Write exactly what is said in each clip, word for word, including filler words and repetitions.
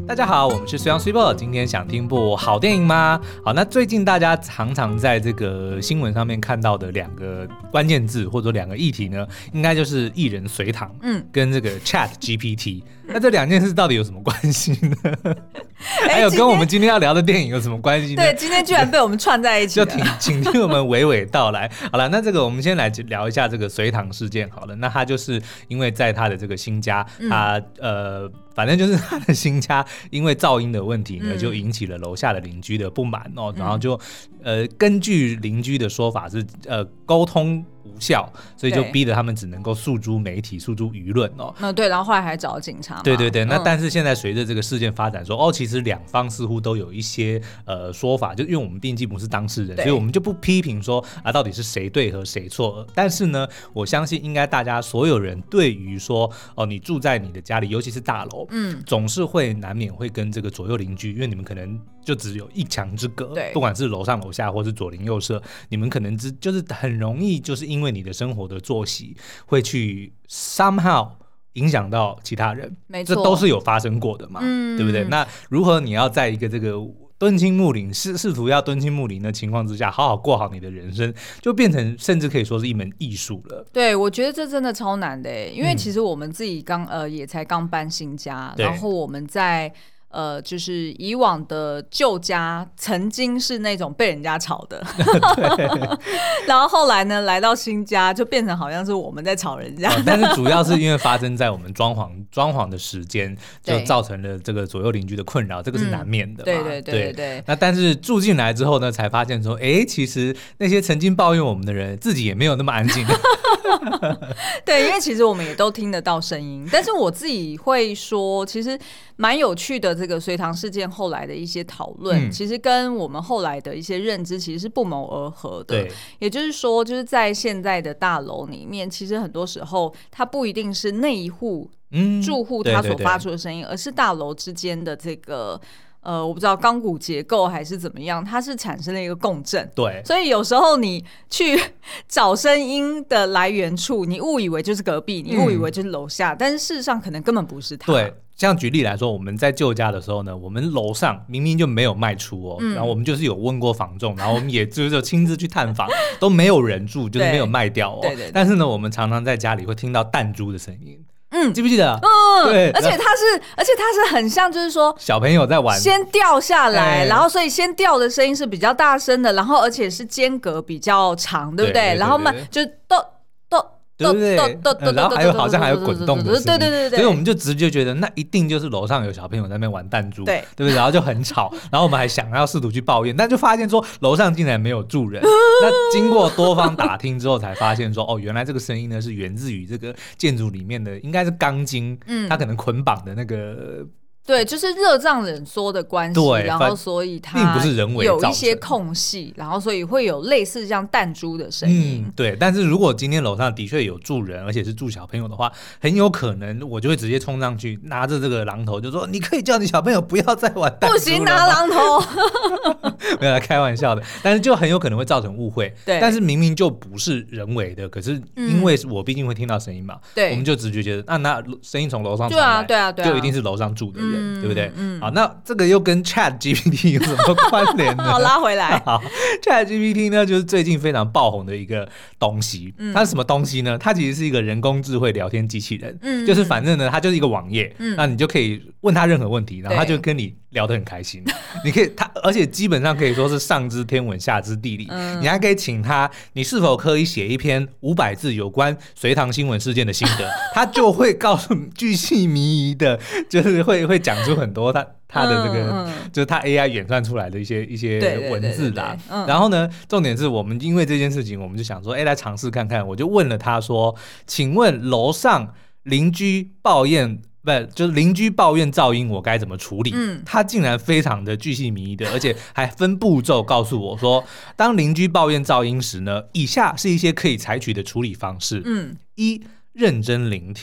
大家好，我们是虽阳虽报，今天想听部好电影吗？好，那最近大家常常在这个新闻上面看到的两个关键字或者两个议题呢，应该就是艺人隋唐，嗯，跟这个 Chat G P T。那这两件事到底有什么关系呢？还有跟我们今天要聊的电影有什么关系呢？ 对，今天居然被我们串在一起了， 就请听我们娓娓道来。好了，那这个我们先来聊一下这个隋唐事件好了。那他就是因为在他的这个新家，他、嗯、呃。反正就是他的新家因为噪音的问题呢、嗯、就引起了楼下的邻居的不满哦，然后就呃根据邻居的说法是呃沟通无效，所以就逼得他们只能够诉诸媒体诉诸舆论哦。 嗯，对，然后后来还找警察嘛。 对对对，那但是现在随着这个事件发展说、嗯、哦，其实两方似乎都有一些呃说法，就因为我们毕竟不是当事人，所以我们就不批评说啊到底是谁对和谁错。但是呢，我相信应该大家所有人对于说哦你住在你的家里，尤其是大楼。嗯，总是会难免会跟这个左右邻居，因为你们可能就只有一墙之隔，对，不管是楼上楼下或是左邻右舍，你们可能只就是很容易就是因为你的生活的作息会去 somehow 影响到其他人，没错，这都是有发生过的嘛，嗯，对不对？那如何你要在一个这个敦亲睦邻试试图要敦亲睦邻的情况之下好好过好你的人生，就变成甚至可以说是一门艺术了。 对，我觉得这真的超难的耶，因为其实我们自己刚呃也才刚搬新家，然后我们在呃，就是以往的旧家曾经是那种被人家吵的然后后来呢来到新家就变成好像是我们在吵人家、哦、 但是主要是因为发生在我们装潢装潢的时间就造成了这个左右邻居的困扰，这个是难免的嘛、嗯、对对对 对, 对那但是住进来之后呢才发现说哎，其实那些曾经抱怨我们的人自己也没有那么安静对，因为其实我们也都听得到声音，但是我自己会说其实蛮有趣的，这个隋唐事件后来的一些讨论、嗯、其实跟我们后来的一些认知其实是不谋而合的。也就是说就是在现在的大楼里面，其实很多时候它不一定是那一户住户他所发出的声音、嗯、对对对，而是大楼之间的这个呃，我不知道钢骨结构还是怎么样，它是产生了一个共振。对，所以有时候你去找声音的来源处，你误以为就是隔壁，你误以为就是楼下、嗯、但是事实上可能根本不是它。 对，像举例来说，我们在旧家的时候呢，我们楼上明明就没有卖出哦、嗯、然后我们就是有问过房仲，然后我们也就是亲自去探访都没有人住，就是没有卖掉哦。对对对对，但是呢，我们常常在家里会听到弹珠的声音。嗯，记不记得？ 嗯，对，而且它是，而且它是很像，就是说小朋友在玩， 先掉下来，然后所以先掉的声音是比较大声的，然后而且是间隔比较长，对不对？对对对对，然后嘛，就都都。 对不对、嗯、然后还有好像还有滚动的声音， 对对对对， 所以我们就直接觉得那一定就是楼上有小朋友在那边玩弹珠，对对不对？然后就很吵，然后我们还想要试图去抱怨，但就发现说楼上竟然没有住人那经过多方打听之后才发现说哦，原来这个声音呢是源自于这个建筑里面的应该是钢筋、嗯、它可能捆绑的那个对，就是热胀冷缩的关系，然后所以它并不是人为造成， 有一些空隙，然后所以会有类似像弹珠的声音、 嗯、对。但是如果今天楼上的确有住人，而且是住小朋友的话，很有可能我就会直接冲上去拿着这个榔头就说你可以叫你小朋友不要再玩弹珠了吗？ 不行，拿榔头没有来开玩笑的，但是就很有可能会造成误会。对，但是明明就不是人为的，可是因为我毕竟会听到声音嘛、嗯、我们就直觉觉得、啊、那那声音从楼上传来，对啊对啊对啊，就一定是楼上住的人、嗯、对不对？嗯，好，那这个又跟 Chat G P T 有什么关联呢？ 好，拉回来。 好 ，Chat G P T 呢，就是最近非常爆红的一个东西。嗯、它是什么东西呢？它其实是一个人工智慧聊天机器人。嗯，就是反正呢，它就是一个网页。嗯，那你就可以问它任何问题，然后它就跟你聊得很开心。你可以，它而且基本上可以说是上知天文，下知地理。嗯，你还可以请它，你是否可以写一篇五百字有关隋唐新闻事件的心得？它就会告诉你巨细靡遗的，就是会会讲出很多它。他的这个、嗯嗯、就是他 A I 演算出来的一些一些文字啦，嗯、然后呢，重点是我们因为这件事情，我们就想说，哎，来尝试看看。我就问了他说，请问楼上邻居抱怨，不就是邻居抱怨噪音，我该怎么处理？嗯，他竟然非常的巨细靡遗的，而且还分步骤告诉我说，当邻居抱怨噪音时呢，以下是一些可以采取的处理方式。嗯，一，认真聆听。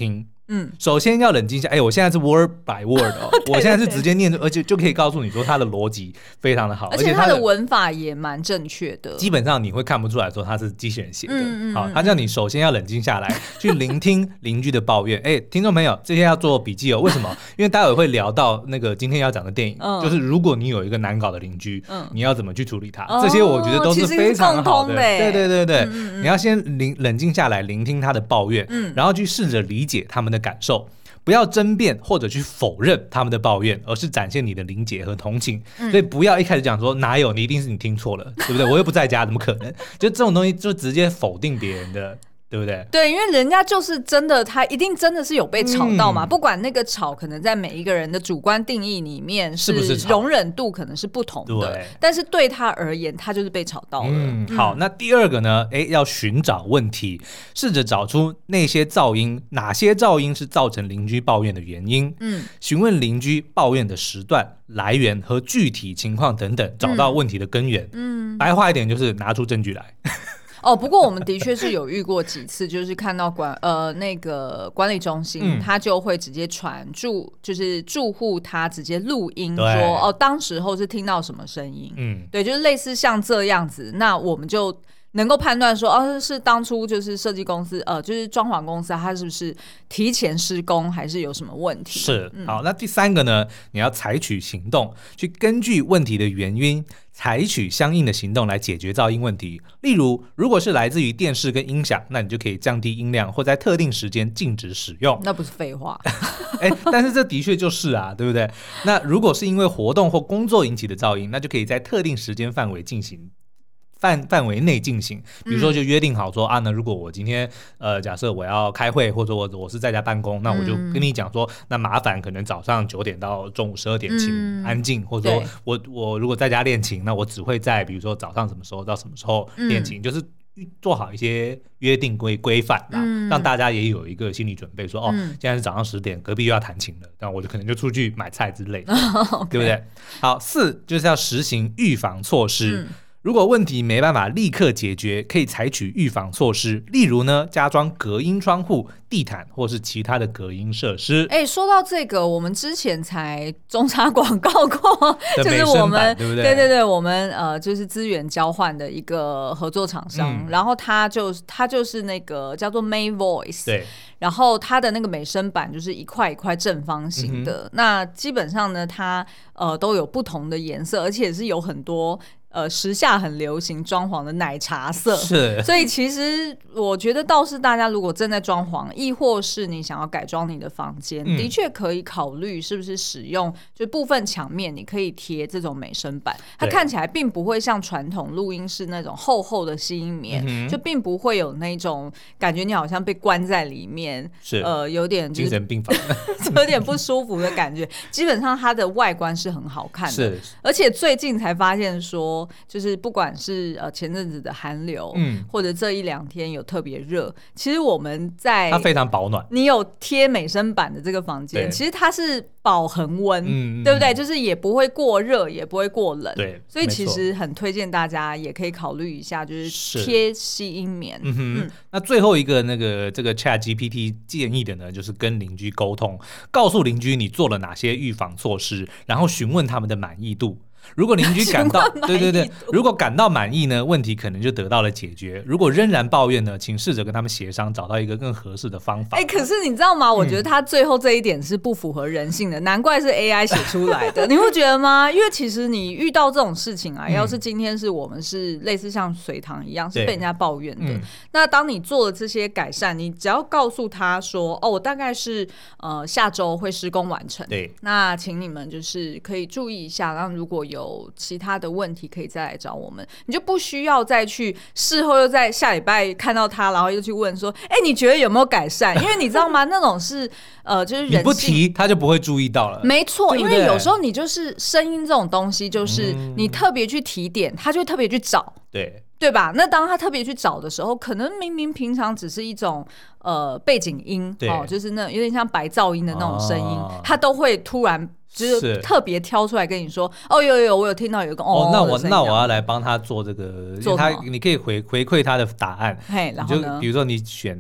嗯，首先要冷静下，哎、欸，我现在是 word by word 哦，对对对，我现在是直接念，而且就可以告诉你说它的逻辑非常的好， 而且它的文法也蛮正确的， 基本上你会看不出来说它是机器人写的。 嗯嗯好，他叫你首先要冷静下来，去聆听邻居的抱怨。哎、欸，听众朋友，这些要做笔记哦。为什么？因为待会会聊到那个今天要讲的电影，嗯、就是如果你有一个难搞的邻居，嗯，你要怎么去处理他？哦、这些我觉得都是非常好的。对对对对，嗯嗯，你要先冷冷静下来，聆听他的抱怨，嗯，然后去试着理解他们的感受。不要争辩或者去否认他们的抱怨，而是展现你的理解和同情、嗯、所以不要一开始讲说哪有，你一定是你听错了，对不对？我又不在家，怎么可能？就这种东西就直接否定别人的，对不对？ 对，因为人家就是真的，他一定真的是有被吵到嘛、嗯、不管那个吵可能在每一个人的主观定义里面是容忍度可能是不同的， 对， 但是对他而言他就是被吵到了。 嗯，好，那第二个呢，诶，要寻找问题，试着找出那些噪音，哪些噪音是造成邻居抱怨的原因，嗯，询问邻居抱怨的时段、来源和具体情况等等，找到问题的根源。嗯，白话一点就是拿出证据来。 哦，不过我们的确是有遇过几次，就是看到管呃那个管理中心，嗯、他就会直接传住，就是住户他直接录音说，哦，当时候是听到什么声音，嗯，对，就是类似像这样子，那我们就能够判断说，哦，是当初就是设计公司，呃，就是装潢公司，它是不是提前施工，还是有什么问题？ 是，嗯、好，那第三个呢，你要采取行动，去根据问题的原因。采取相应的行动来解决噪音问题，例如如果是来自于电视跟音响，那你就可以降低音量或在特定时间禁止使用。 那不是废话、 欸、但是这的确就是啊，对不对？那如果是因为活动或工作引起的噪音，那就可以在特定时间范围进行范范围内进行，比如说就约定好说、嗯、啊，那如果我今天呃，假设我要开会，或者我我是在家办公，那我就跟你讲说，嗯、那麻烦可能早上九点到中午十二点请安静，嗯、或者说我我如果在家练琴，那我只会在比如说早上什么时候到什么时候练琴，嗯、就是做好一些约定规规范啦、嗯，让大家也有一个心理准备说，说、嗯、哦，现在是早上十点，隔壁又要弹琴了，那我就可能就出去买菜之类的，哦、对不对？好，四就是要实行预防措施。嗯，如果问题没办法立刻解决，可以采取预防措施，例如呢，加装隔音窗户、地毯或是其他的隔音设施。 哎、欸，说到这个，我们之前才中插广告过，就是我们对不对？ 对对对，我们呃就是资源交换的一个合作厂商，嗯、然后他就他就是那个叫做 May Voice， 对。 然后它的那个美声板就是一块一块正方形的，嗯、那基本上呢，它呃都有不同的颜色，而且是有很多。呃，时下很流行装潢的奶茶色， 是， 所以其实我觉得倒是大家如果正在装潢，亦或是你想要改装你的房间，嗯、的确可以考虑是不是使用，就部分墙面你可以贴这种美声板，它看起来并不会像传统录音室那种厚厚的吸音棉，嗯、就并不会有那种感觉你好像被关在里面， 是呃有点、就是、 精神病房， 有点不舒服的感觉。基本上它的外观是很好看的， 是， 而且最近才发现说。就是不管是呃前阵子的寒流，嗯，或者这一两天有特别热，其实我们在它非常保暖。 你有贴美声板的这个房间，其实它是保恒温，嗯，对不对？就是也不会过热，也不会过冷， 对。 所以其实很推荐大家也可以考虑一下，就是贴吸音棉。 嗯哼。嗯，那最后一个那个这个 Chat G P T 建议的呢，就是跟邻居沟通，告诉邻居你做了哪些预防措施，然后询问他们的满意度。如果邻居感到对对对，如果感到满意呢，问题可能就得到了解决。如果仍然抱怨呢，请试着跟他们协商，找到一个更合适的方法。 哎、欸，可是你知道吗？我觉得他最后这一点是不符合人性的，嗯、难怪是 A I 写出来的。你会觉得吗？因为其实你遇到这种事情啊，嗯、要是今天是我们是类似像隋棠一样是被人家抱怨的，嗯、那当你做了这些改善，你只要告诉他说，哦，我大概是呃下周会施工完成， 对， 那请你们就是可以注意一下，然后如果有其他的问题可以再来找我们，你就不需要再去事后又在下礼拜看到他，然后又去问说，哎、欸，你觉得有没有改善？因为你知道吗？那种是呃，就是人性， 你不提他就不会注意到了。 没错，因为有时候你就是声音这种东西，就是你特别去提点，他就会特别去找， 对对吧？那当他特别去找的时候，可能明明平常只是一种呃背景音哦，就是那有点像白噪音的那种声音，哦、他都会突然。就是特别挑出来跟你说，哦，有有有，我有听到有一个哦， 哦那我那我要来帮他做这个，做他你可以回回馈他的答案， 嘿，然后呢， 就比如说你选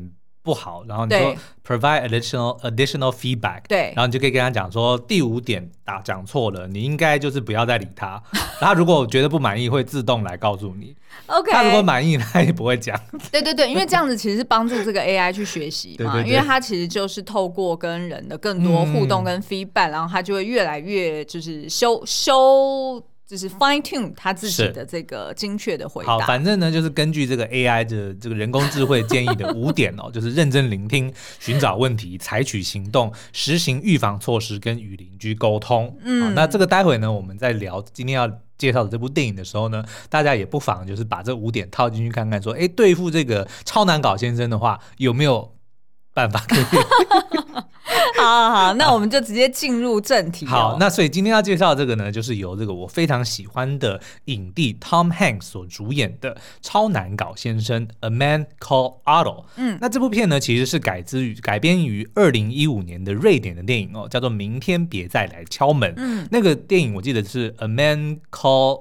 不好，然后你说 provide additional additional feedback， 对，然后你就可以跟他讲说第五点打讲错了，你应该就是不要再理他。他如果觉得不满意，会自动来告诉你。OK， 他如果满意，他也不会讲。 对对对，因为这样子其实是帮助这个 A I 去学习嘛，对对对，因为它其实就是透过跟人的更多互动跟 feedback，、嗯、然后它就会越来越就是修修。就是 fine tune 他自己的这个精确的回答。 好，反正呢，就是根据这个 A I 的这个人工智慧建议的五点哦，就是认真聆听、寻找问题、采取行动、实行预防措施跟与邻居沟通。嗯，那这个待会呢，我们在聊今天要介绍的这部电影的时候呢，大家也不妨就是把这五点套进去看看，说，哎，对付这个超难搞先生的话，有没有办法可以？ 好好好，那我们就直接进入正题、哦。 好，那所以今天要介绍这个呢，就是由这个我非常喜欢的影帝 Tom Hanks 所主演的《超难搞先生》A Man Called Otto。嗯，那这部片呢，其实是改自于改编于二零一五年的瑞典的电影哦，叫做《明天别再来敲门》。嗯，那个电影我记得是 A Man Called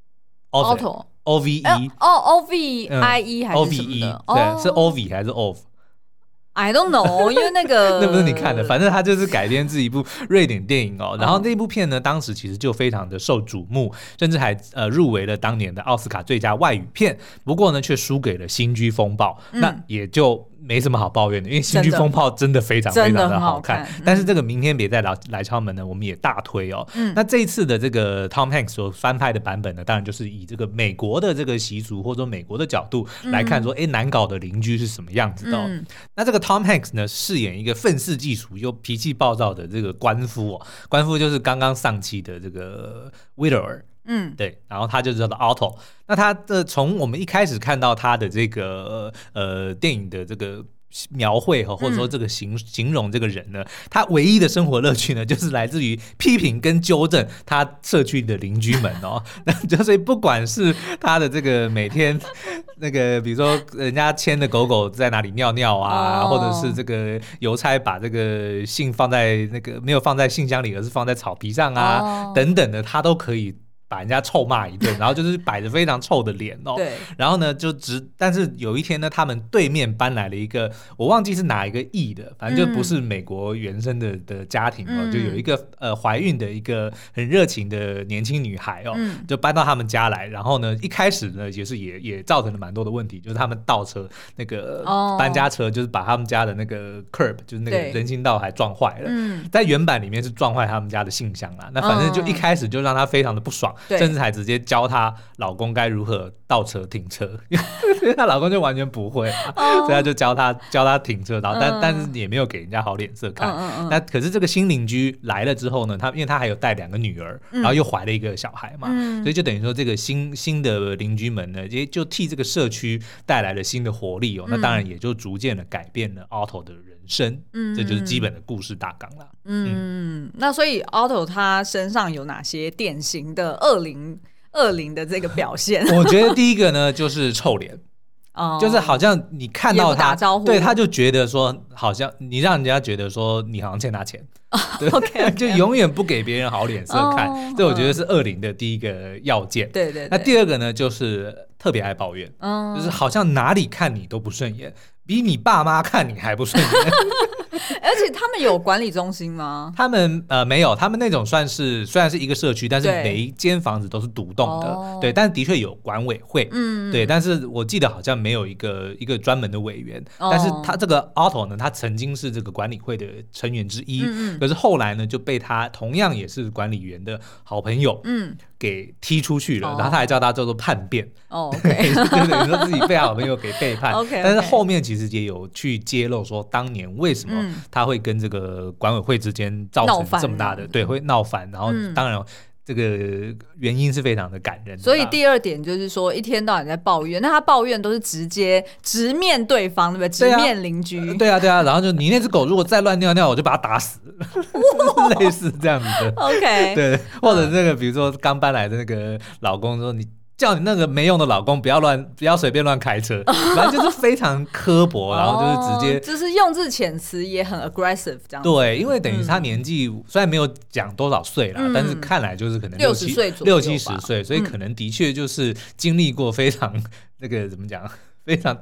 Otto O V E 哦 O V I E 还是什么的？ 对，是 O V 还是 O V？ I don't know， 因为那个那不是你看的，反正它就是改编自一部瑞典电影哦。然后那部片呢，当时其实就非常的受瞩目，甚至还呃入围了当年的奥斯卡最佳外语片。不过呢，却输给了《新居风暴》，嗯，那也就没什么好抱怨的，因为《新居风暴》真的非常非常的好看。嗯、但是这个明天别再来来敲门呢，我们也大推哦。嗯、那这一次的这个 Tom Hanks 所翻拍的版本呢，当然就是以这个美国的这个习俗或者说美国的角度来看说，哎、嗯，难搞的邻居是什么样子的、哦嗯？那这个 Tom Hanks 呢，饰演一个愤世嫉俗又脾气暴躁的这个官夫哦，官夫就是刚刚丧妻的这个 widower。嗯，对，然后他就叫做 Otto。那他的从我们一开始看到他的这个呃电影的这个描绘或者说这个形、嗯、形容这个人呢，他唯一的生活乐趣呢，就是来自于批评跟纠正他社区的邻居们哦。那就是不管是他的这个每天那个，比如说人家牵的狗狗在哪里尿尿啊，哦、或者是这个邮差把这个信放在那个没有放在信箱里，而是放在草皮上啊，哦、等等的，他都可以把人家臭骂一顿，然后就是摆着非常臭的脸哦。对。然后呢，就只但是有一天呢，他们对面搬来了一个，我忘记是哪一个裔的，反正就不是美国原生的的家庭哦，嗯、就有一个呃怀孕的一个很热情的年轻女孩哦，嗯、就搬到他们家来。然后呢，一开始呢，也是也也造成了蛮多的问题，就是他们倒车那个搬家车，就是把他们家的那个 curb， 就是那个人行道还撞坏了。嗯。在原版里面是撞坏他们家的信箱啦，那反正就一开始就让他非常的不爽。甚至还直接教她老公该如何倒车停车，因为她老公就完全不会、啊 oh. 所以他就教她教她停车，然后但、嗯、但是也没有给人家好脸色看。嗯嗯、那可是这个新邻居来了之后呢，他因为他还有带两个女儿，然后又怀了一个小孩嘛，嗯、所以就等于说这个新新的邻居们呢，也就替这个社区带来了新的活力哦。嗯、那当然也就逐渐的改变了 Otto 的人生，嗯、这就是基本的故事大纲啦。 嗯，嗯那所以 Otto 他身上有哪些典型的恶灵恶灵的这个表现？ 我觉得第一个呢就是臭脸。哦、就是好像你看到他，对，他就觉得说，好像你让人家觉得说你好像欠他钱，对 okay, okay. 就永远不给别人好脸色看，哦、这我觉得是恶灵的第一个要件。 对 对, 对。 那第二个呢，就是特别爱抱怨，嗯、就是好像哪里看你都不顺眼，比你爸妈看你还不顺眼。 而且他们有管理中心吗？ 他们呃没有，他们那种算是虽然是一个社区，但是每一间房子都是独栋的，哦、对，但是的确有管委会，嗯，对，但是我记得好像没有一个一个专门的委员，哦、但是他这个 Otto 呢，他曾经是这个管理会的成员之一，嗯嗯可是后来呢就被他同样也是管理员的好朋友，嗯。给踢出去了，哦、然后他还叫他叫做叛变，哦 ，OK， 就等于说自己被好朋友给背叛。OK， 但是后面其实也有去揭露说，当年为什么他会跟这个管委会之间造成这么大的，对，会闹翻，然后当然。嗯这个原因是非常的感人的， 所以第二点就是说，一天到晚在抱怨，那他抱怨都是直接直面对方，对不对？直面邻居， 对啊，对啊，然后就你那只狗如果再乱尿尿，我就把它打死，类似这样子的。 OK， 对，或者那个比如说刚搬来的那个老公说你。叫你那个没用的老公不要乱，不要随便乱开车，反正就是非常刻薄，然后就是直接， 就是用字遣词也很 aggressive 这样。 对，因为等于他年纪、嗯、虽然没有讲多少岁啦、嗯，但是看来就是可能六十岁左右， 六七十岁，所以可能的确就是经历过非常那个怎么讲，非常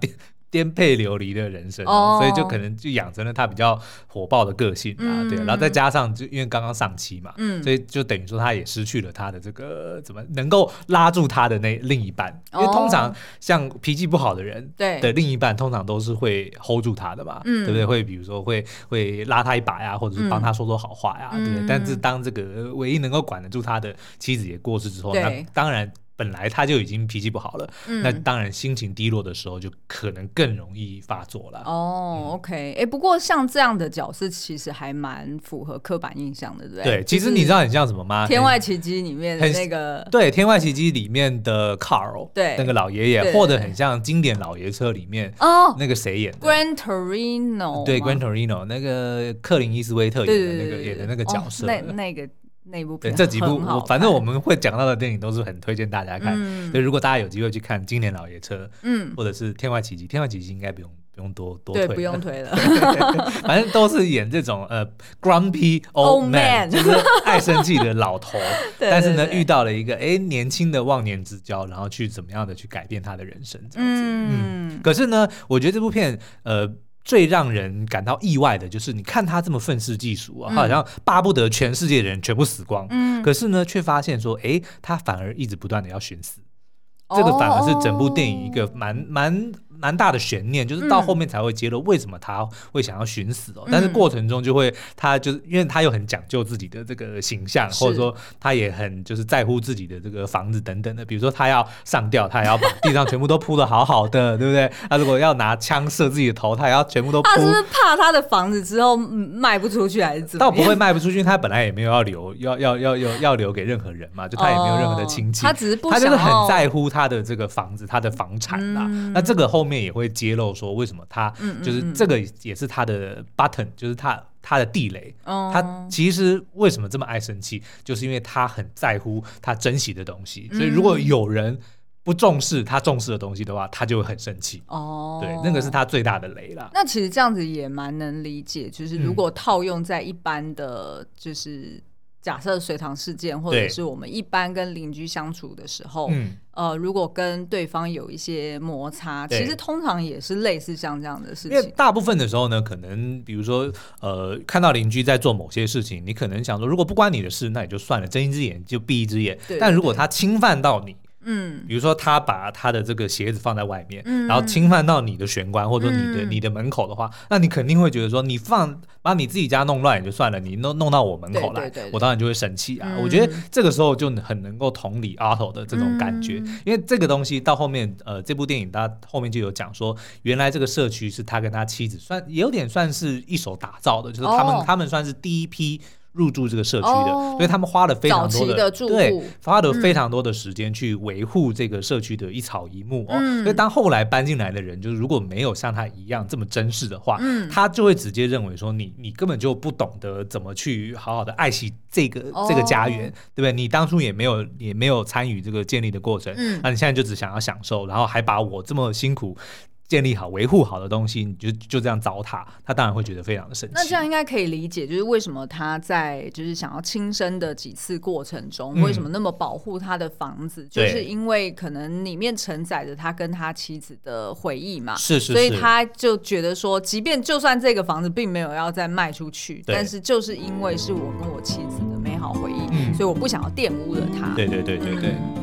颠沛流离的人生、哦、所以就可能就养成了他比较火爆的个性啊、嗯、对，然后再加上就因为刚刚上期嘛、嗯、所以就等于说他也失去了他的这个怎么能够拉住他的那另一半、哦、因为通常像脾气不好的人的另一半通常都是会 hold 住他的嘛、嗯、对不对，会比如说会会拉他一把呀，或者是帮他说说好话呀、嗯、对不对，但是当这个唯一能够管得住他的妻子也过世之后，那当然本来他就已经脾气不好了、嗯、那当然心情低落的时候就可能更容易发作了。 哦、嗯、OK， 哎，不过像这样的角色其实还蛮符合刻板印象的，对不对？ 对，其实你知道很像什么吗？ 天外奇迹里面的那个， 对，天外奇迹里面的 Carl， 对， 那个老爷爷，或者很像经典老爷车里面哦， 那个谁演的 Gran Torino， 对 Gran Torino 那个克林伊斯威特演的那个演的那个角色， 哦、那那个。那部片这几部我反正我们会讲到的电影都是很推荐大家看、嗯、所以如果大家有机会去看经典老爷车、嗯、或者是天外奇迹，天外奇迹应该不用不用多多推， 对，不用推了反正都是演这种呃 grumpy old man，, man 就是爱生气的老头对对对，但是呢遇到了一个哎年轻的忘年之交，然后去怎么样的去改变他的人生这样子、嗯嗯、可是呢我觉得这部片呃最让人感到意外的就是你看他这么愤世嫉俗啊、嗯，他好像巴不得全世界的人全部死光、嗯、可是呢却发现说哎他反而一直不断的要寻死，这个反而是整部电影一个蛮蛮蛮大的悬念，就是到后面才会揭露为什么他会想要寻死哦、嗯。但是过程中就会他就是因为他又很讲究自己的这个形象，或者说他也很就是在乎自己的这个房子等等的，比如说他要上吊，他也要把地上全部都铺得好好的，对不对？他如果要拿枪射自己的头，他也要全部都铺。 他是不是怕他的房子之后卖不出去，还是怎么样？ 倒不会卖不出去，他本来也没有要留要要要要要留给任何人嘛，就他也没有任何的亲戚、 哦，他只是不想他就是很在乎他的这个房子，他的房产啦、嗯。那这个后面也会揭露说为什么他就是这个也是他的 button， 就是他他的地雷、哦、他其实为什么这么爱生气，就是因为他很在乎他珍惜的东西、嗯、所以如果有人不重视他重视的东西的话，他就会很生气哦。对，那个是他最大的雷啦。 那其实这样子也蛮能理解，就是如果套用在一般的就是假设随堂事件，或者是我们一般跟邻居相处的时候，呃，如果跟对方有一些摩擦，其实通常也是类似像这样的事情。 因为大部分的时候呢，可能比如说呃，看到邻居在做某些事情，你可能想说，如果不关你的事，那也就算了，睁一只眼就闭一只眼。对对对，但如果他侵犯到你，嗯，比如说他把他的这个鞋子放在外面、嗯、然后侵犯到你的玄关或者说你的、嗯、你的门口的话，那你肯定会觉得说，你放把你自己家弄乱也就算了，你弄弄到我门口来，对对对对，我当然就会生气啊、嗯、我觉得这个时候就很能够同理 Otto 的这种感觉、嗯、因为这个东西到后面呃，这部电影他后面就有讲说，原来这个社区是他跟他妻子算也有点算是一手打造的，就是他们、哦、他们算是第一批入住这个社区的、哦、所以他们花了非常多 的, 的住户对花了非常多的时间去维护这个社区的一草一木、哦嗯、所以当后来搬进来的人就是如果没有像他一样这么珍视的话、嗯、他就会直接认为说你你根本就不懂得怎么去好好的爱惜这个、哦、这个家园，对不对？你当初也没有也没有参与这个建立的过程、嗯、那你现在就只想要享受，然后还把我这么辛苦建立好维护好的东西你就就这样糟蹋，他当然会觉得非常的生气。 那这样应该可以理解，就是为什么他在就是想要轻生的几次过程中、嗯、为什么那么保护他的房子，就是因为可能里面承载着他跟他妻子的回忆嘛， 是是是， 所以他就觉得说即便就算这个房子并没有要再卖出去，但是就是因为是我跟我妻子的美好回忆、嗯、所以我不想要玷污了他。 对对对对对、嗯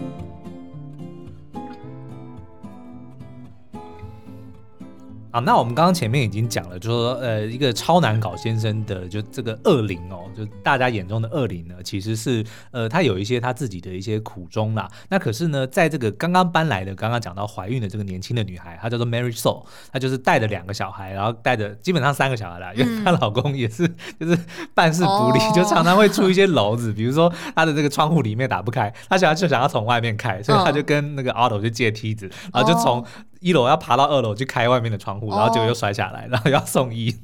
好，那我们刚刚前面已经讲了，就是说，呃，一个超难搞先生的，就这个恶灵哦，就大家眼中的恶灵呢，其实是，呃，他有一些他自己的一些苦衷啦。那可是呢，在这个刚刚搬来的，刚刚讲到怀孕的这个年轻的女孩，她叫做 Mary Saul， 她就是带着两个小孩，然后带着基本上三个小孩啦，因为她老公也是就是办事不力，嗯、就常常会出一些篓子，比如说她的这个窗户里面打不开，她想要就想要从外面开，所以她就跟那个 Otto 去借梯子，然后就从一楼要爬到二楼去开外面的窗户，然后结果又摔下来，然后要送医。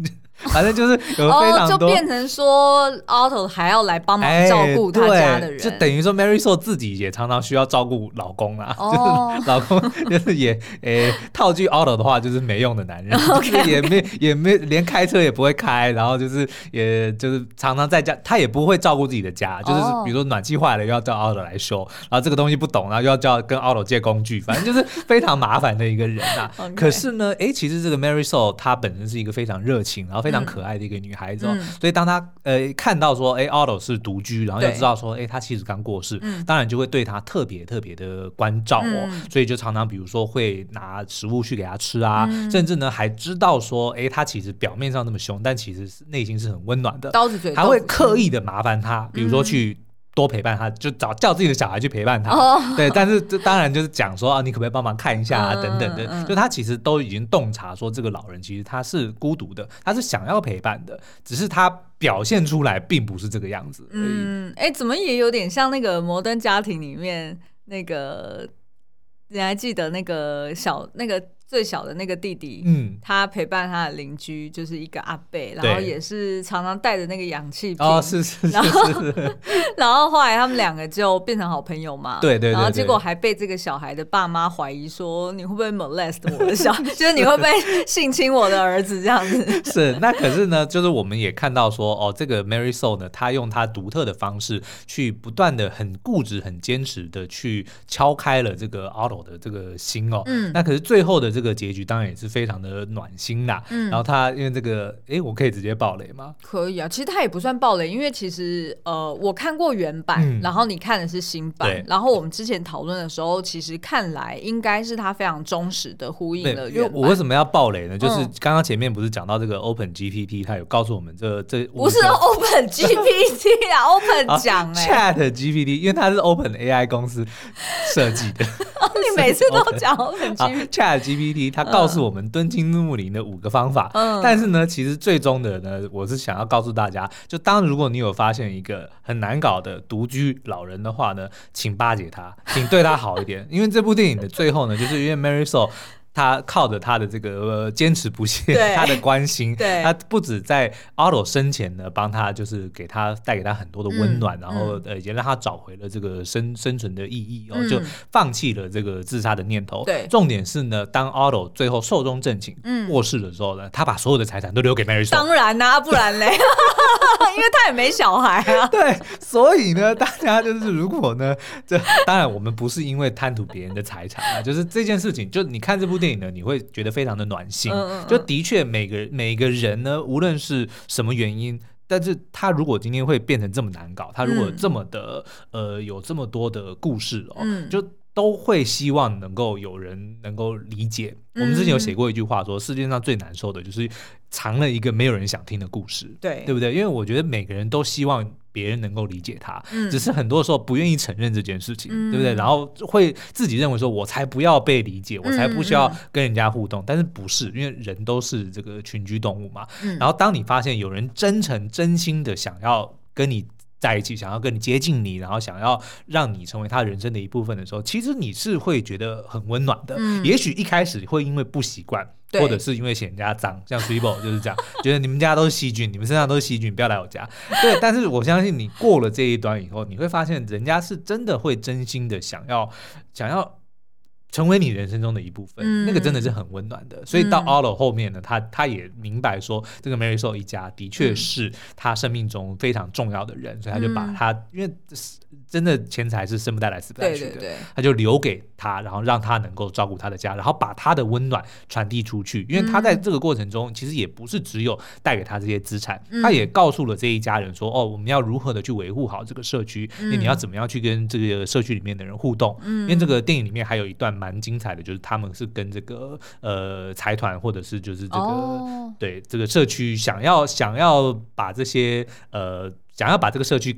反正就是有非常多、 哦、就变成说 Otto 还要来帮忙照顾他家的人、 欸、就等于说 Marisol 自己也常常需要照顾老公啦、哦、就是老公就是也诶、欸、套句 Otto 的话就是没用的男人就是也没也没连开车也不会开，然后就是也就是常常在家他也不会照顾自己的家，就是比如说暖气坏了又要叫 Otto 来修，然后这个东西不懂然后又要叫跟 Otto 借工具，反正就是非常麻烦的一个人啊okay. 可是呢诶、欸、其实这个 Marisol 她本身是一个非常热情然后非常可爱的一个女孩子、哦嗯、所以当她呃看到说哎 Otto 是独居，然后又知道说哎他妻子刚过世、嗯、当然就会对他特别特别的关照哦、嗯、所以就常常比如说会拿食物去给他吃啊、嗯、甚至呢还知道说哎他其实表面上那么凶但其实内心是很温暖的， 刀子嘴还会刻意的麻烦他、嗯、比如说去多陪伴他，就找叫自己的小孩去陪伴他、哦、对，但是当然就是讲说啊，你可不可以帮忙看一下啊、嗯、等等的、嗯、就他其实都已经洞察说这个老人其实他是孤独的，他是想要陪伴的，只是他表现出来并不是这个样子而已。 嗯，哎，怎么也有点像那个摩登家庭里面那个，你还记得那个小那个最小的那个弟弟，嗯，他陪伴他的邻居就是一个阿伯，然后也是常常带着那个氧气瓶， 哦，是是是是， 然后然后后来他们两个就变成好朋友嘛， 对 对, 对, 对， 然后结果还被这个小孩的爸妈怀疑说你会不会 molest 我的小孩，就是你会不会性侵我的儿子这样子。 是，那可是呢，就是我们也看到说，哦，这个 Marisol 呢，他用他独特的方式去不断的很固执、很坚持的去敲开了这个 Otto 的这个心哦。嗯，那可是最后的这个结局当然也是非常的暖心啦。嗯，然后他因为这个，哎，我可以直接爆雷吗？ 可以啊，其实他也不算爆雷，因为其实呃，我看过原版，嗯、然后你看的是新版，然后我们之前讨论的时候，其实看来应该是他非常忠实的呼应了原版。 我为什么要爆雷呢？就是刚刚前面不是讲到这个 Open G P T， 它有告诉我们这这不是 Open G P T 啊，Open 讲哎、 欸、，Chat G P T， 因为它是 Open A I 公司设计的。 你每次都讲 Open G P T， Chat G P T 它告诉我们敦亲睦邻的五个方法，嗯，但是呢，其实最终的呢，我是想要告诉大家，就当如果你有发现一个很难搞的独居老人的话呢，请巴结他，请对他好一点，因为这部电影的最后呢，就是因为 Marisol。他靠着他的这个坚、呃、持不懈，他的关心，他不止在 Otto 生前呢帮他，就是给他带给他很多的温暖，嗯、然后呃也让他找回了这个生生存的意义哦，嗯、就放弃了这个自杀的念头。对，重点是呢，当 Otto 最后寿终正寝、嗯、过世的时候呢，他把所有的财产都留给 Marisol。 当然啦、啊，不然嘞，因为他也没小孩啊。 对，所以呢，大家就是如果呢，这当然我们不是因为贪图别人的财产啊，就是这件事情，就你看这部电影呢，你会觉得非常的暖心。嗯嗯嗯，就的确每个每个人呢，无论是什么原因，但是他如果今天会变成这么难搞，他如果这么的、嗯、呃有这么多的故事哦，嗯、就都会希望能够有人能够理解。我们之前有写过一句话说，世界上最难受的就是藏了一个没有人想听的故事，对对不对？因为我觉得每个人都希望别人能够理解他、嗯、只是很多时候不愿意承认这件事情、嗯、对不对？然后会自己认为说我才不要被理解、嗯、我才不需要跟人家互动、嗯、但是不是，因为人都是这个群居动物嘛、嗯、然后当你发现有人真诚真心的想要跟你在一起，想要跟你接近你，然后想要让你成为他人生的一部分的时候，其实你是会觉得很温暖的、嗯、也许一开始会因为不习惯，或者是因为嫌人家脏，像 Swibo 就是这样觉得你们家都是细菌，你们身上都是细菌，不要来我家。对，但是我相信你过了这一端以后，你会发现人家是真的会真心的想要想要成为你人生中的一部分、嗯、那个真的是很温暖的。所以到 Otto 后面呢，他他也明白说这个 Marisol 一家的确是他生命中非常重要的人、嗯、所以他就把他，因为真的钱财是生不带来死不带去的，对对对，他就留给他，然后让他能够照顾他的家，然后把他的温暖传递出去。因为他在这个过程中其实也不是只有带给他这些资产、嗯、他也告诉了这一家人说，哦，我们要如何的去维护好这个社区、嗯、因为你要怎么样去跟这个社区里面的人互动、嗯、因为这个电影里面还有一段蛮精彩的，就是他们是跟这个呃财团或者是就是这个、哦、对这个社区想要想要把这些呃想要把这个社区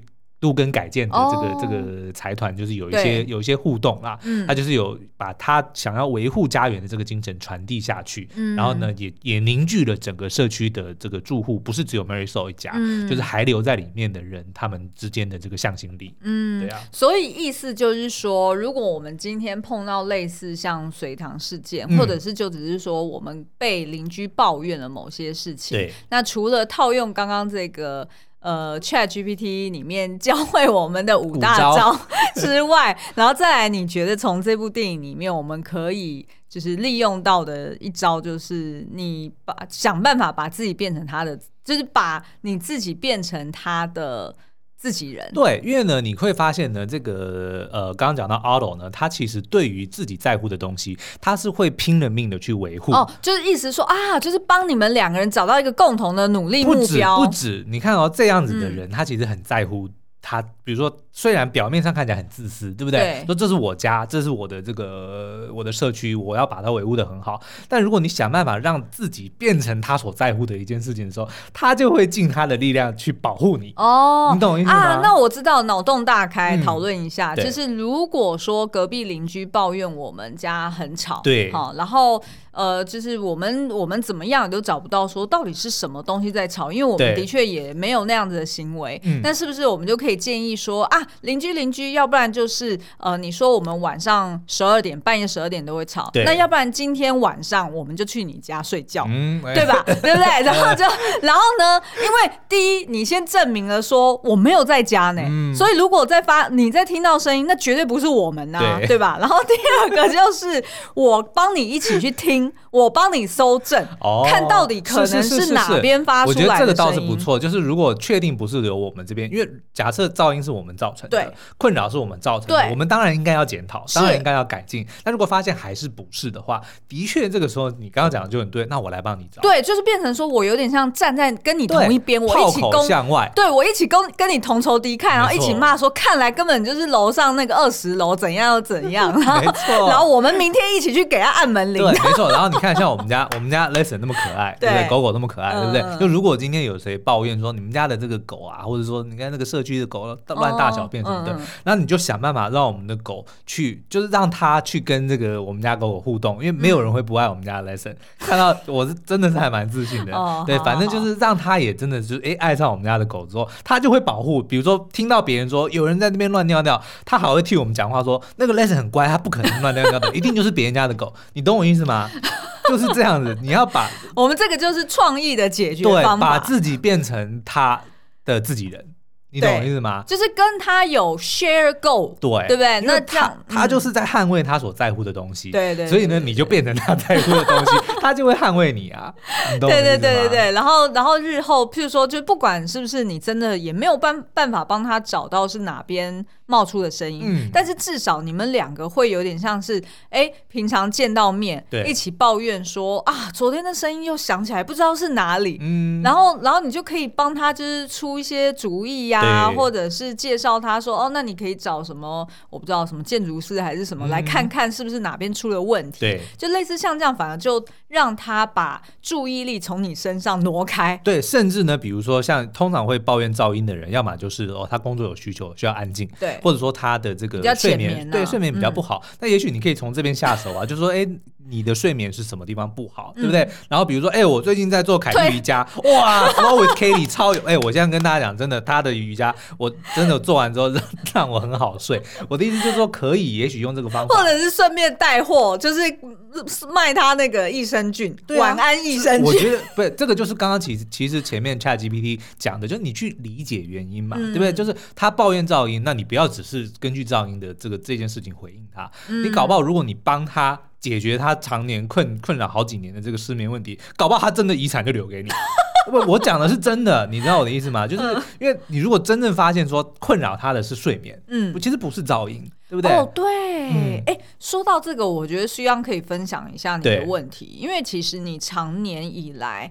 都更改建的这个、哦、这个财团就是有一些有一些互动啦，嗯，他就是有把他想要维护家园的这个精神传递下去，嗯，然后呢也也凝聚了整个社区的这个住户，不是只有 Marisol 一家，嗯，就是还留在里面的人他们之间的这个向心力，嗯，对啊， 所以意思就是说，如果我们今天碰到类似像隋唐事件，嗯，或者是就只是说我们被邻居抱怨了某些事情，对，那除了套用刚刚这个呃 ChatGPT 里面教会我们的五大招之外，然后再来你觉得从这部电影里面我们可以就是利用到的一招，就是你把想办法把自己变成他的，就是把你自己变成他的自己人。 对，因为呢你会发现呢这个呃刚刚讲到 Otto 呢，他其实对于自己在乎的东西他是会拼了命的去维护。 哦，就是意思说啊，就是帮你们两个人找到一个共同的努力目标。 不止不止，你看哦，这样子的人，嗯，他其实很在乎他，比如说虽然表面上看起来很自私，对不对？对，说这是我家，这是我的这个我的社区，我要把它维护得很好。但如果你想办法让自己变成他所在乎的一件事情的时候，他就会尽他的力量去保护你。哦，你懂我意思吗？ 啊，那我知道，脑洞大开，讨论一下，嗯，就是如果说隔壁邻居抱怨我们家很吵， 对， 好，然后呃，就是我们我们怎么样都找不到说到底是什么东西在吵，因为我们的确也没有那样子的行为。但是不是我们就可以建议说啊，邻居邻居，要不然就是呃，你说我们晚上十二点半夜十二点都会吵，那要不然今天晚上我们就去你家睡觉，嗯，对吧？对不对？然后就然后呢，因为第一你先证明了说我没有在家呢，嗯，所以如果再发你再听到声音，那绝对不是我们啊， 对, 对吧？然后第二个就是我帮你一起去听。我帮你搜证，哦，看到底可能是哪边发出来的声音。 我觉得这个倒是不错，就是如果确定不是由我们这边，因为假设噪音是我们造成的，困扰是我们造成的，我们当然应该要检讨，当然应该要改进。但如果发现还是不是的话，的确这个时候你刚刚讲的就很对，那我来帮你找。 对，就是变成说我有点像站在跟你同一边，我一起炮口向外， 对，我一起跟跟你同仇敌忾，然后一起骂说，看来根本就是楼上那个二十楼怎样又怎样， 没错。 然后我们明天一起去给他按门铃。 对，没错。然后你看，像我们家我们家 Lesson 那么可爱，对不对？狗狗那么可爱，对不对？嗯，就如果今天有谁抱怨说你们家的这个狗啊，或者说你看那个社区的狗乱大小便什么的，那，哦嗯，你就想办法让我们的狗去，就是让它去跟这个我们家狗狗互动，因为没有人会不爱我们家的 Lesson。嗯，看到我是真的是还蛮自信的，哦，对，反正就是让它也真的就是哎爱上我们家的狗之后，它就会保护。比如说听到别人说有人在那边乱尿尿，它还会替我们讲话说那个 Lesson 很乖，它不可能乱尿尿的，一定就是别人家的狗。你懂我意思吗？就是这样子，你要把我们这个就是创意的解决方法，对，把自己变成他的自己人，你懂我意思吗？ 就是跟他有 share goal， 对， 对不对？那这样他, 他就是在捍卫他所在乎的东西， 对 对, 对, 对, 对， 所以呢，你就变成他在乎的东西，他就会捍卫你啊，你懂我意思吗？ 对对对对对，然后然后日后，譬如说，就不管是不是你真的也没有办办法帮他找到是哪边冒出的声音，嗯，但是至少你们两个会有点像是，哎，平常见到面，一起抱怨说啊，昨天的声音又响起来，不知道是哪里，嗯，然后然后你就可以帮他就是出一些主意呀，啊，或者是介绍他说，哦，那你可以找什么，我不知道什么建筑师还是什么，嗯，来看看是不是哪边出了问题，对，就类似像这样，反而就让他把注意力从你身上挪开， 对，甚至呢，比如说像通常会抱怨噪音的人，要么就是哦，他工作有需求需要安静，对。或者说他的这个睡眠，啊，对，睡眠比较不好，那，嗯，也许你可以从这边下手啊，就是说，哎，你的睡眠是什么地方不好，嗯，对不对？然后比如说，哎，我最近在做凯莉瑜伽，哇 ，Flow with Kelly 超有，哎，我现在跟大家讲，真的，他的瑜伽我真的做完之后让让我很好睡。我的意思就是说，可以，也许用这个方法， 或者是顺便带货，就是卖他那个益生菌，啊，晚安益生菌。 我觉得不是这个，就是刚刚其实其实前面 ChatGPT 讲的，就是你去理解原因嘛，嗯，对不对？就是他抱怨噪音，那你不要只是根据噪音的这个这件事情回应他，嗯，你搞不好如果你帮他解决他常年困困扰好几年的这个失眠问题，搞不好他真的遗产就留给你。我讲的是真的，你知道我的意思吗？就是因为你如果真正发现说困扰他的是睡眠，嗯，其实不是噪音，对不对？ 哦，对，哎，嗯，说到这个，我觉得需要可以分享一下你的问题，因为其实你常年以来，对。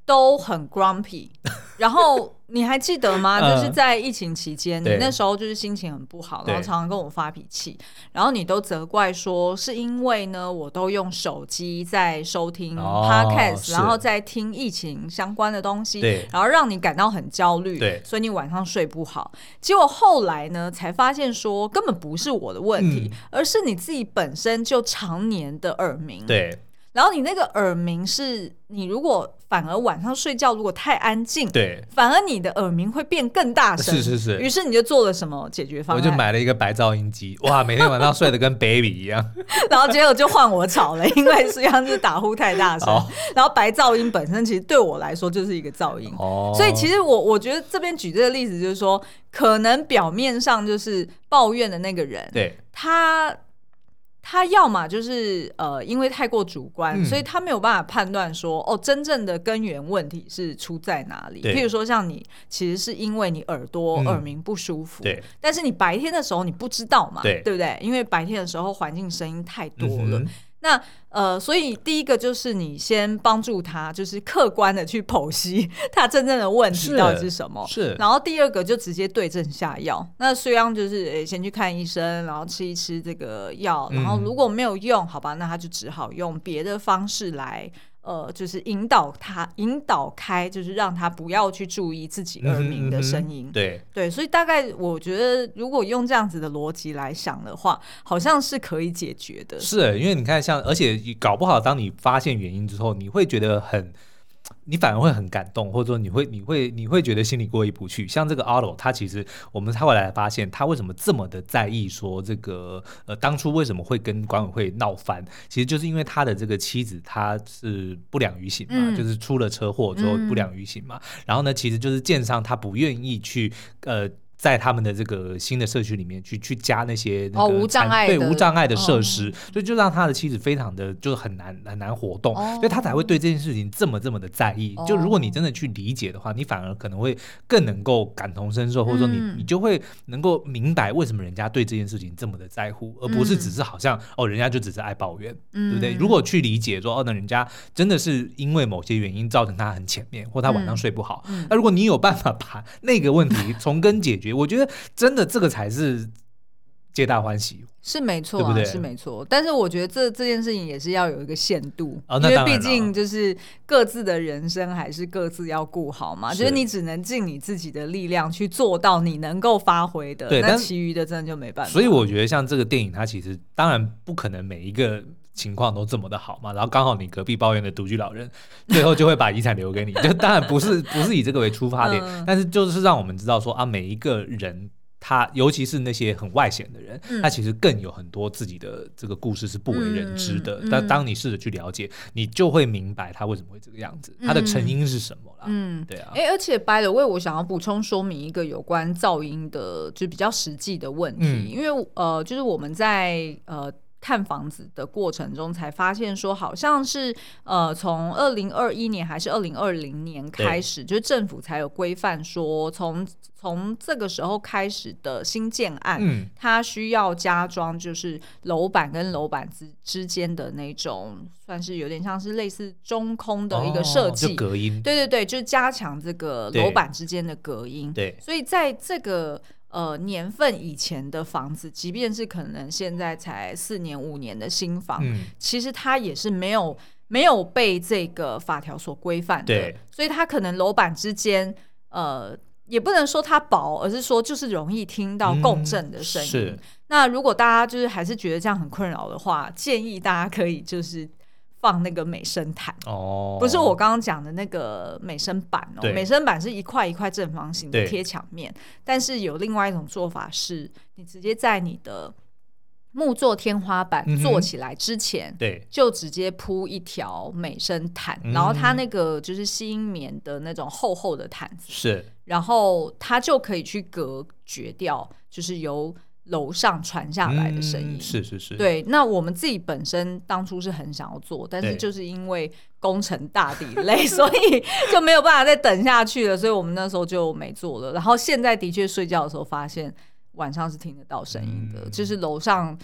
都很 grumpy， 然后你还记得吗？ 嗯、 就是在疫情期间，你那时候就是心情很不好，然后常常跟我发脾气，然后你都责怪说是因为呢，我都用手机在收听 podcast，、哦、然后在听疫情相关的东西，然后让你感到很焦虑，所以你晚上睡不好。结果后来呢，才发现说根本不是我的问题，嗯、而是你自己本身就常年的耳鸣。 对。 然后你那个耳鸣是你如果反而晚上睡觉如果太安静， 对， 反而你的耳鸣会变更大声， 是是是。 于是你就做了什么解决方案？ 我就买了一个白噪音机，哇，每天晚上睡得跟 baby 一样。 然后结果就换我吵了，因为实际上是打呼太大声。哦、然后白噪音本身其实对我来说就是一个噪音，哦、所以其实我我觉得这边举这个例子就是说，可能表面上就是抱怨的那个人， 对， 他。他要嘛就是呃，因为太过主观、嗯，所以他没有办法判断说哦，真正的根源问题是出在哪里。譬如说，像你其实是因为你耳朵、嗯、耳鸣不舒服， 对， 但是你白天的时候你不知道嘛， 对， 对不对？因为白天的时候环境声音太多了。嗯那呃，所以第一个就是你先帮助他，就是客观的去剖析他真正的问题到底是什么。 是。 然后第二个就直接对症下药。那虽然就是诶，先去看医生，然后吃一吃这个药，然后如果没有用，好吧，那他就只好用别的方式来。呃，就是引导他，引导开，就是让他不要去注意自己耳鸣的声音。嗯嗯、 对对，所以大概我觉得，如果用这样子的逻辑来想的话，好像是可以解决的。 是，因为你看像，而且搞不好，当你发现原因之后，你会觉得很。你反而会很感动，或者说你会你会你会觉得心里过意不去。像这个 Otto， 他其实我们后来发现，他为什么这么的在意说这个呃当初为什么会跟管委会闹翻，其实就是因为他的这个妻子他是不良于行嘛、嗯，就是出了车祸之后不良于行嘛、嗯。然后呢，其实就是建商他不愿意去呃。在他们的这个新的社区里面去去加那些那个、 哦、无障碍的对无障碍的设施、哦，所以就让他的妻子非常的就是很难很难活动、哦，所以他才会对这件事情这么这么的在意。哦、就如果你真的去理解的话，你反而可能会更能够感同身受，或者说你、嗯、你就会能够明白为什么人家对这件事情这么的在乎，而不是只是好像、嗯、哦人家就只是爱抱怨、嗯，对不对？如果去理解说哦，那人家真的是因为某些原因造成他很浅面，或他晚上睡不好，嗯、那如果你有办法把那个问题从根解决。我觉得真的这个才是皆大欢喜， 是没错、啊， 对不对？ 是没错。但是我觉得这这件事情也是要有一个限度， 哦、 因为毕竟就是各自的人生还是各自要顾好嘛。是就是你只能尽你自己的力量去做到你能够发挥的， 对， 那其余的真的就没办法。 所以我觉得像这个电影，它其实当然不可能每一个情况都这么的好嘛，然后刚好你隔壁抱怨的独居老人最后就会把遗产留给你，就当然不是不是以这个为出发点、嗯、但是就是让我们知道说啊，每一个人他尤其是那些很外显的人、嗯、他其实更有很多自己的这个故事是不为人知的、嗯、但当你试着去了解、嗯、你就会明白他为什么会这个样子、嗯、他的成因是什么啦。嗯，对啊。 欸、而且 by the way 我想要补充说明一个有关噪音的就比较实际的问题、嗯、因为呃就是我们在呃看房子的过程中才发现说好像是呃从二零二一年还是二零二零年开始，就是政府才有规范说从从这个时候开始的新建案、嗯、它需要加装就是楼板跟楼板之之间的那种算是有点像是类似中空的一个设计、哦、 就隔音， 对对对，就是加强这个楼板之间的隔音。 对， 所以在这个呃，年份以前的房子，即便是可能现在才四年五年的新房、嗯，其实它也是没有没有被这个法条所规范的， 对， 所以它可能楼板之间，呃，也不能说它薄，而是说就是容易听到共振的声音、嗯。是，那如果大家就是还是觉得这样很困扰的话，建议大家可以就是放那个美声毯哦，不是我刚刚讲的那个美声板哦，美声板是一块一块正方形的贴墙面，但是有另外一种做法是，你直接在你的木作天花板做起来之前，嗯、对，就直接铺一条美声毯、嗯，然后它那个就是吸音棉的那种厚厚的毯子， 是， 然后它就可以去隔绝掉，就是由楼上传下来的声音、 嗯、是是是， 对。那我们自己本身当初是很想要做，但是就是因为工程大底累，所以就没有办法再等下去了，所以我们那时候就没做了。然后现在的确睡觉的时候发现晚上是听得到声音的、嗯、就是楼上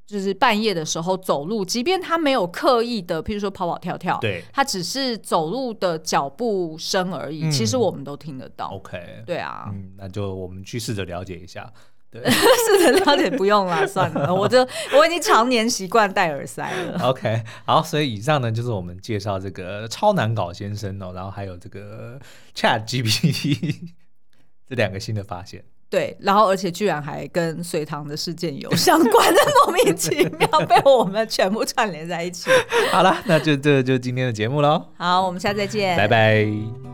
就是半夜的时候走路，即便他没有刻意的譬如说跑跑跳跳， 对， 他只是走路的脚步声而已、嗯、其实我们都听得到。 OK， 对啊、 嗯、那就我们去试着了解一下。对， 试着了解不用啦，算了，我就我已经常年习惯戴耳塞了。 OK， 好，所以以上呢就是我们介绍这个超难搞先生哦，然后还有这个 Chat G P T 这两个新的发现。 对，然后而且居然还跟隋唐的事件有相关的，莫名其妙被我们全部串联在一起。 好了，那就这就今天的节目咯。 好，我们下次再见， 拜拜。